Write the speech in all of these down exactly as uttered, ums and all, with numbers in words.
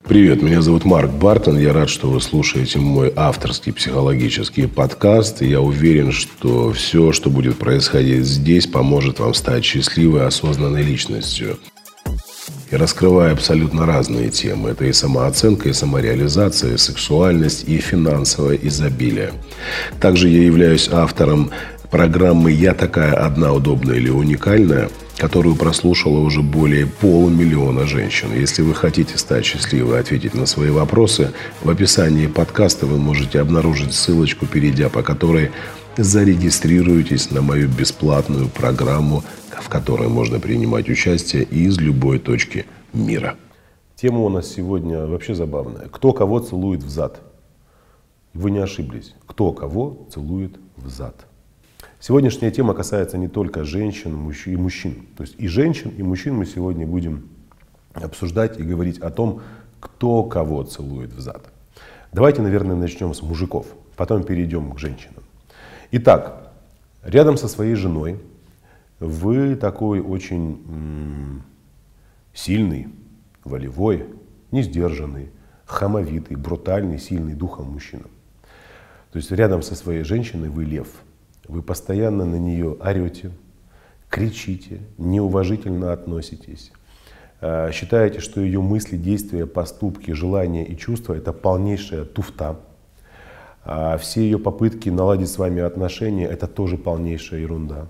Привет, меня зовут Марк Бартон. Я рад, что вы слушаете мой авторский психологический подкаст. И я уверен, что все, что будет происходить здесь, поможет вам стать счастливой, осознанной личностью. Я раскрываю абсолютно разные темы. Это и самооценка, и самореализация, и сексуальность, и финансовое изобилие. Также я являюсь автором программы «Я такая одна, удобная или уникальная», которую прослушало уже более полумиллиона женщин. Если вы хотите стать счастливой и ответить на свои вопросы, в описании подкаста вы можете обнаружить ссылочку, перейдя по которой зарегистрируетесь на мою бесплатную программу, в которой можно принимать участие из любой точки мира. Тема у нас сегодня вообще забавная. Кто кого целует в зад? Вы не ошиблись. Кто кого целует в зад? Сегодняшняя тема касается не только женщин и мужчин. То есть и женщин, и мужчин мы сегодня будем обсуждать и говорить о том, кто кого целует в зад. Давайте, наверное, начнем с мужиков, потом перейдем к женщинам. Итак, рядом со своей женой вы такой очень м- сильный, волевой, несдержанный, хамовитый, брутальный, сильный духом мужчина. То есть рядом со своей женщиной вы лев. Вы постоянно на нее орете, кричите, неуважительно относитесь. Считаете, что ее мысли, действия, поступки, желания и чувства – это полнейшая туфта. А все ее попытки наладить с вами отношения – это тоже полнейшая ерунда.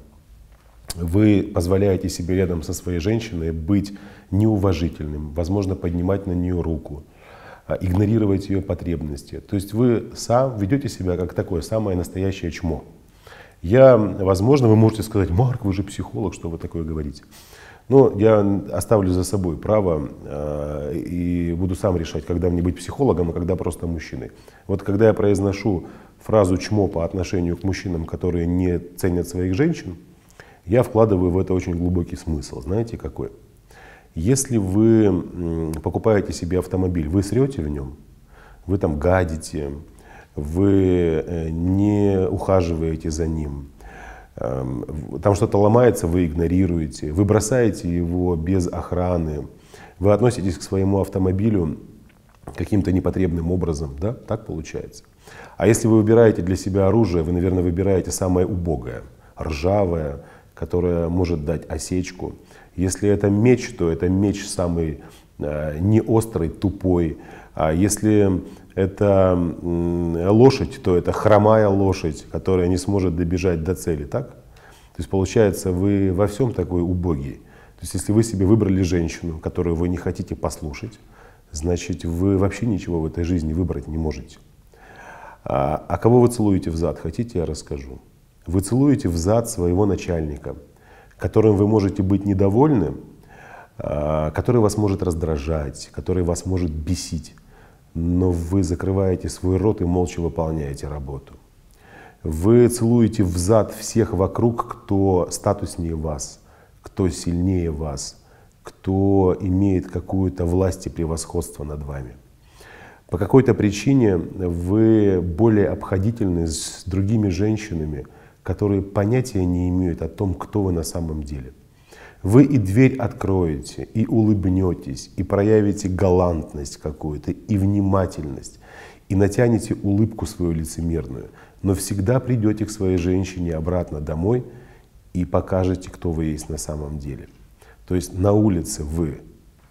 Вы позволяете себе рядом со своей женщиной быть неуважительным, возможно, поднимать на нее руку, игнорировать ее потребности. То есть вы сам ведете себя как такое самое настоящее чмо. Я, возможно, вы можете сказать: Марк, вы же психолог, что вы такое говорите? Но я оставлю за собой право э, и буду сам решать, когда мне быть психологом, а когда просто мужчиной. Вот когда я произношу фразу «чмо» по отношению к мужчинам, которые не ценят своих женщин, я вкладываю в это очень глубокий смысл. Знаете какой? Если вы м, покупаете себе автомобиль, вы срете в нем, вы там гадите, вы не ухаживаете за ним, там что-то ломается, вы игнорируете, вы бросаете его без охраны, вы относитесь к своему автомобилю каким-то непотребным образом, да? Так получается. А если вы выбираете для себя оружие, вы, наверное, выбираете самое убогое, ржавое, которое может дать осечку. Если это меч, то это меч самый э, неострый, тупой. А если это лошадь, то это хромая лошадь, которая не сможет добежать до цели, так? То есть получается, вы во всем такой убогий. То есть если вы себе выбрали женщину, которую вы не хотите послушать, значит, вы вообще ничего в этой жизни выбрать не можете. А, а кого вы целуете в зад, хотите, я расскажу. Вы целуете в зад своего начальника, которым вы можете быть недовольны, а, который вас может раздражать, который вас может бесить. Но вы закрываете свой рот и молча выполняете работу. Вы целуете в зад всех вокруг, кто статуснее вас, кто сильнее вас, кто имеет какую-то власть и превосходство над вами. По какой-то причине вы более обходительны с другими женщинами, которые понятия не имеют о том, кто вы на самом деле. Вы и дверь откроете, и улыбнетесь, и проявите галантность какую-то, и внимательность, и натянете улыбку свою лицемерную, но всегда придете к своей женщине обратно домой и покажете, кто вы есть на самом деле. То есть на улице вы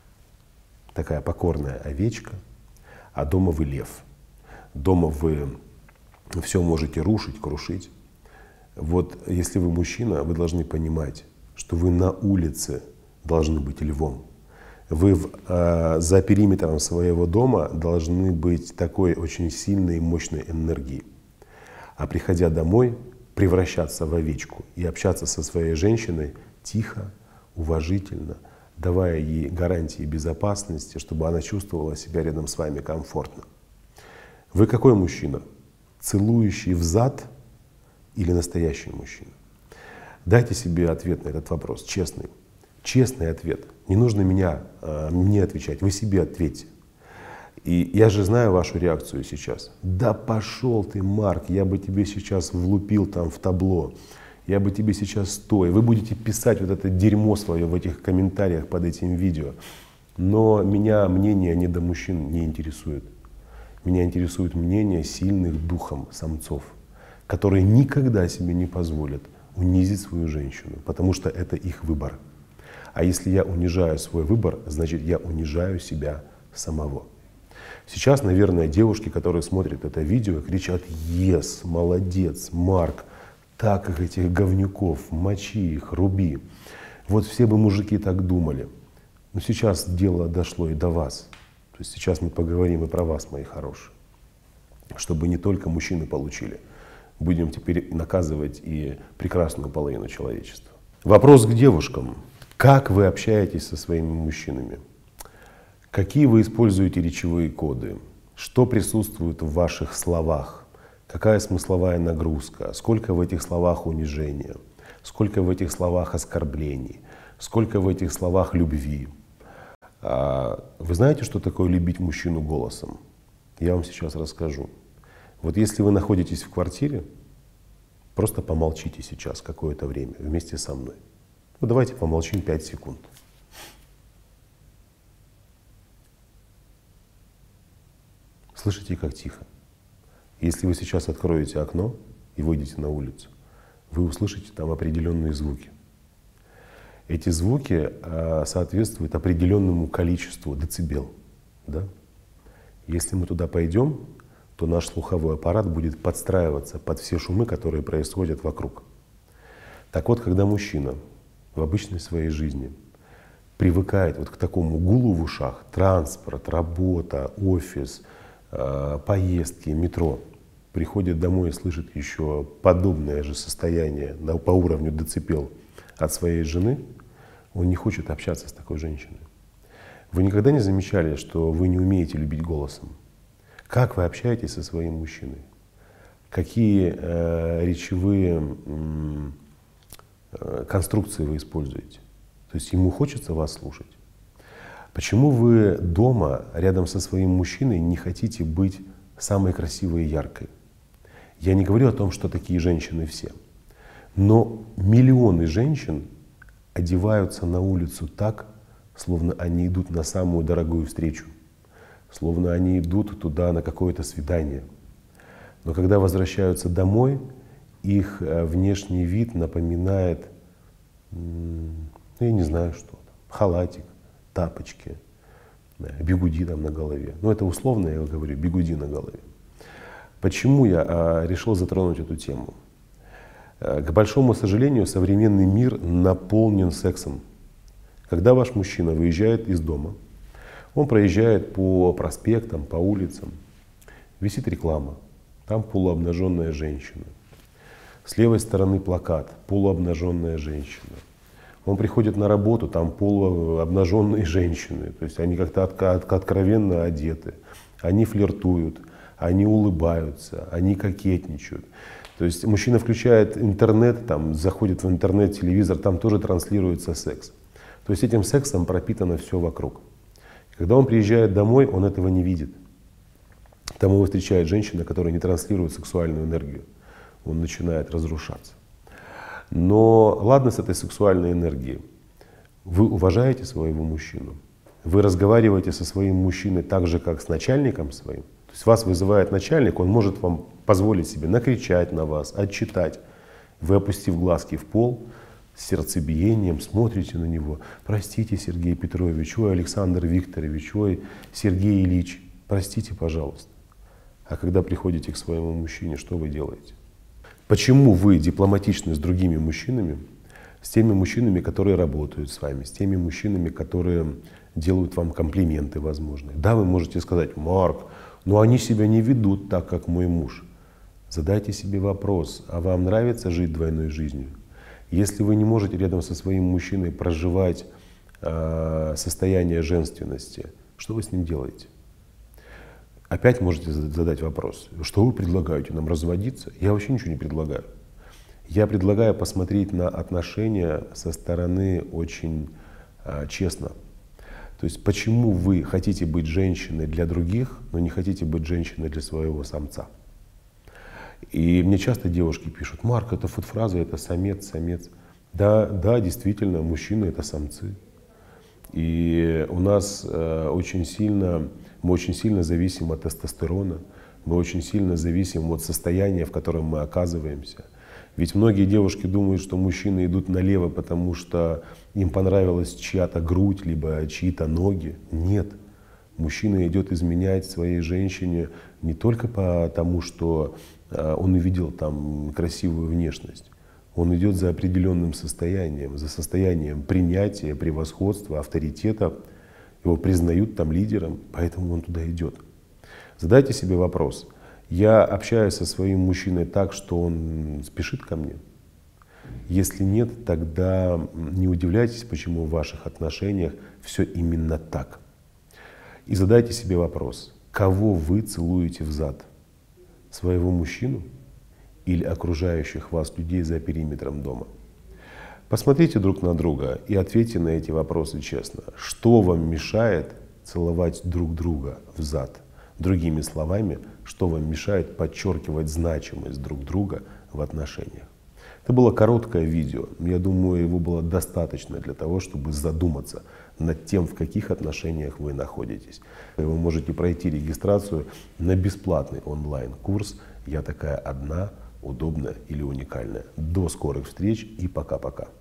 такая покорная овечка, а дома вы лев. Дома вы все можете рушить, крушить. Вот если вы мужчина, вы должны понимать, что вы на улице должны быть львом. Вы в, э, за периметром своего дома должны быть такой очень сильной и мощной энергией. А приходя домой, превращаться в овечку и общаться со своей женщиной тихо, уважительно, давая ей гарантии безопасности, чтобы она чувствовала себя рядом с вами комфортно. Вы какой мужчина? Целующий в зад или настоящий мужчина? Дайте себе ответ на этот вопрос, честный. Честный ответ. Не нужно меня, мне отвечать, вы себе ответьте. И я же знаю вашу реакцию сейчас. Да пошел ты, Марк, я бы тебе сейчас влупил там в табло. Я бы тебе сейчас стоя. Вы будете писать вот это дерьмо свое в этих комментариях под этим видео. Но меня мнение недомужчин не интересует. Меня интересует мнение сильных духом самцов, которые никогда себе не позволят унизить свою женщину, потому что это их выбор. А если я унижаю свой выбор, значит я унижаю себя самого. Сейчас, наверное, девушки, которые смотрят это видео, кричат: «Ес, молодец, Марк, так их этих говнюков, мочи их, руби». Вот все бы мужики так думали. Но сейчас дело дошло и до вас. То есть сейчас мы поговорим и про вас, мои хорошие. Чтобы не только мужчины получили. Будем теперь наказывать и прекрасную половину человечества. Вопрос к девушкам. Как вы общаетесь со своими мужчинами? Какие вы используете речевые коды? Что присутствует в ваших словах? Какая смысловая нагрузка? Сколько в этих словах унижения? Сколько в этих словах оскорблений? Сколько в этих словах любви? Вы знаете, что такое любить мужчину голосом? Я вам сейчас расскажу. Вот если вы находитесь в квартире, просто помолчите сейчас какое-то время вместе со мной. Ну, давайте помолчим пять секунд. Слышите, как тихо? Если вы сейчас откроете окно и выйдете на улицу, вы услышите там определенные звуки. Эти звуки э, соответствуют определенному количеству децибел. Да? Если мы туда пойдем, то наш слуховой аппарат будет подстраиваться под все шумы, которые происходят вокруг. Так вот, когда мужчина в обычной своей жизни привыкает вот к такому гулу в ушах, транспорт, работа, офис, э, поездки, метро, приходит домой и слышит еще подобное же состояние на, по уровню децибел от своей жены, он не хочет общаться с такой женщиной. Вы никогда не замечали, что вы не умеете любить голосом? Как вы общаетесь со своим мужчиной? Какие э, речевые э, конструкции вы используете? То есть ему хочется вас слушать. Почему вы дома рядом со своим мужчиной не хотите быть самой красивой и яркой? Я не говорю о том, что такие женщины все. Но миллионы женщин одеваются на улицу так, словно они идут на самую дорогую встречу. Словно они идут туда на какое-то свидание. Но когда возвращаются домой, их внешний вид напоминает, ну, я не знаю что, халатик, тапочки, бигуди там на голове. Ну это условно я говорю, бигуди на голове. Почему я а, решил затронуть эту тему? К большому сожалению, современный мир наполнен сексом. Когда ваш мужчина выезжает из дома, он проезжает по проспектам, по улицам, висит реклама, там полуобнаженная женщина. С левой стороны плакат, полуобнаженная женщина. Он приходит на работу, там полуобнаженные женщины, то есть они как-то от, от, откровенно одеты, они флиртуют, они улыбаются, они кокетничают. То есть мужчина включает интернет, там, заходит в интернет, телевизор, там тоже транслируется секс. То есть этим сексом пропитано все вокруг. Когда он приезжает домой, он этого не видит. Там его встречает женщина, которая не транслирует сексуальную энергию. Он начинает разрушаться. Но ладно с этой сексуальной энергией. Вы уважаете своего мужчину. Вы разговариваете со своим мужчиной так же, как с начальником своим. То есть вас вызывает начальник, он может вам позволить себе накричать на вас, отчитать. Вы, опустив глазки в пол, с сердцебиением смотрите на него. Простите, Сергей Петрович, ой, Александр Викторович, ой, Сергей Ильич, простите, пожалуйста. А когда приходите к своему мужчине, что вы делаете? Почему вы дипломатичны с другими мужчинами, с теми мужчинами, которые работают с вами, с теми мужчинами, которые делают вам комплименты, возможно? Да, вы можете сказать: Марк, но они себя не ведут так, как мой муж. Задайте себе вопрос, а вам нравится жить двойной жизнью? Если вы не можете рядом со своим мужчиной проживать э, состояние женственности, что вы с ним делаете? Опять можете задать вопрос: что вы предлагаете, нам разводиться? Я вообще ничего не предлагаю. Я предлагаю посмотреть на отношения со стороны очень э, честно. То есть почему вы хотите быть женщиной для других, но не хотите быть женщиной для своего самца? И мне часто девушки пишут: Марк, это фраза, это самец, самец. Да, да, действительно, мужчины — это самцы. И у нас э, очень сильно, мы очень сильно зависим от тестостерона, мы очень сильно зависим от состояния, в котором мы оказываемся. Ведь многие девушки думают, что мужчины идут налево, потому что им понравилась чья-то грудь, либо чьи-то ноги. Нет. Мужчина идет изменять своей женщине не только потому, что э, он увидел там красивую внешность. Он идет за определенным состоянием, за состоянием принятия, превосходства, авторитета. Его признают там лидером, поэтому он туда идет. Задайте себе вопрос. Я общаюсь со своим мужчиной так, что он спешит ко мне? Если нет, тогда не удивляйтесь, почему в ваших отношениях все именно так. И задайте себе вопрос. Кого вы целуете в зад? Своего мужчину? Или окружающих вас людей за периметром дома? Посмотрите друг на друга и ответьте на эти вопросы честно. Что вам мешает целовать друг друга в зад? Другими словами, что вам мешает подчеркивать значимость друг друга в отношениях? Это было короткое видео, но я думаю, его было достаточно для того, чтобы задуматься над тем, в каких отношениях вы находитесь. Вы можете пройти регистрацию на бесплатный онлайн-курс «Я такая одна, удобная или уникальная». До скорых встреч и пока-пока.